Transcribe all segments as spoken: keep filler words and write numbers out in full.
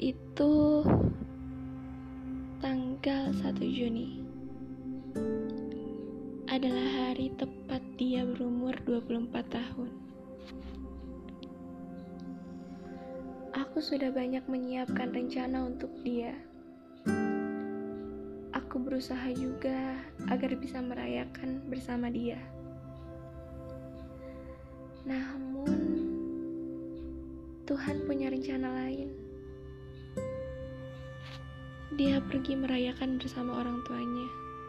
itu tanggal satu Juni. Adalah hari tepat dia berumur dua puluh empat tahun. Aku sudah banyak menyiapkan rencana untuk dia. Aku berusaha juga agar bisa merayakan bersama dia. Namun, Tuhan punya rencana lain. Dia pergi merayakan bersama orang tuanya.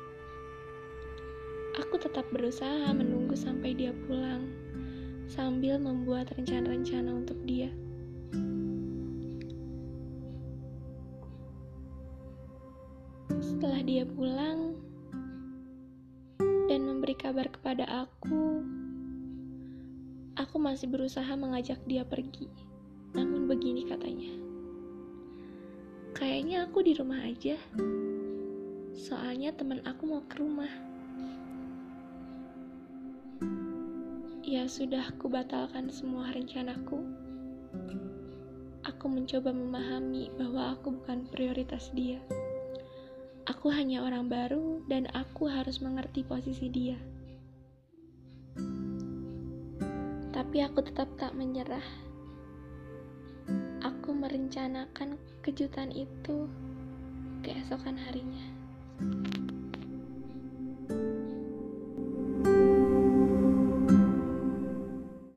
Aku tetap berusaha menunggu sampai dia pulang, sambil membuat rencana-rencana untuk dia. Setelah dia pulang dan memberi kabar kepada aku, aku masih berusaha mengajak dia pergi. Namun begini katanya, kayaknya aku di rumah aja, soalnya teman aku mau ke rumah. Ya sudah, aku batalkan semua rencanaku. Aku mencoba memahami bahwa aku bukan prioritas dia. Aku hanya orang baru dan aku harus mengerti posisi dia. Tapi aku tetap tak menyerah. Aku merencanakan kejutan itu keesokan harinya.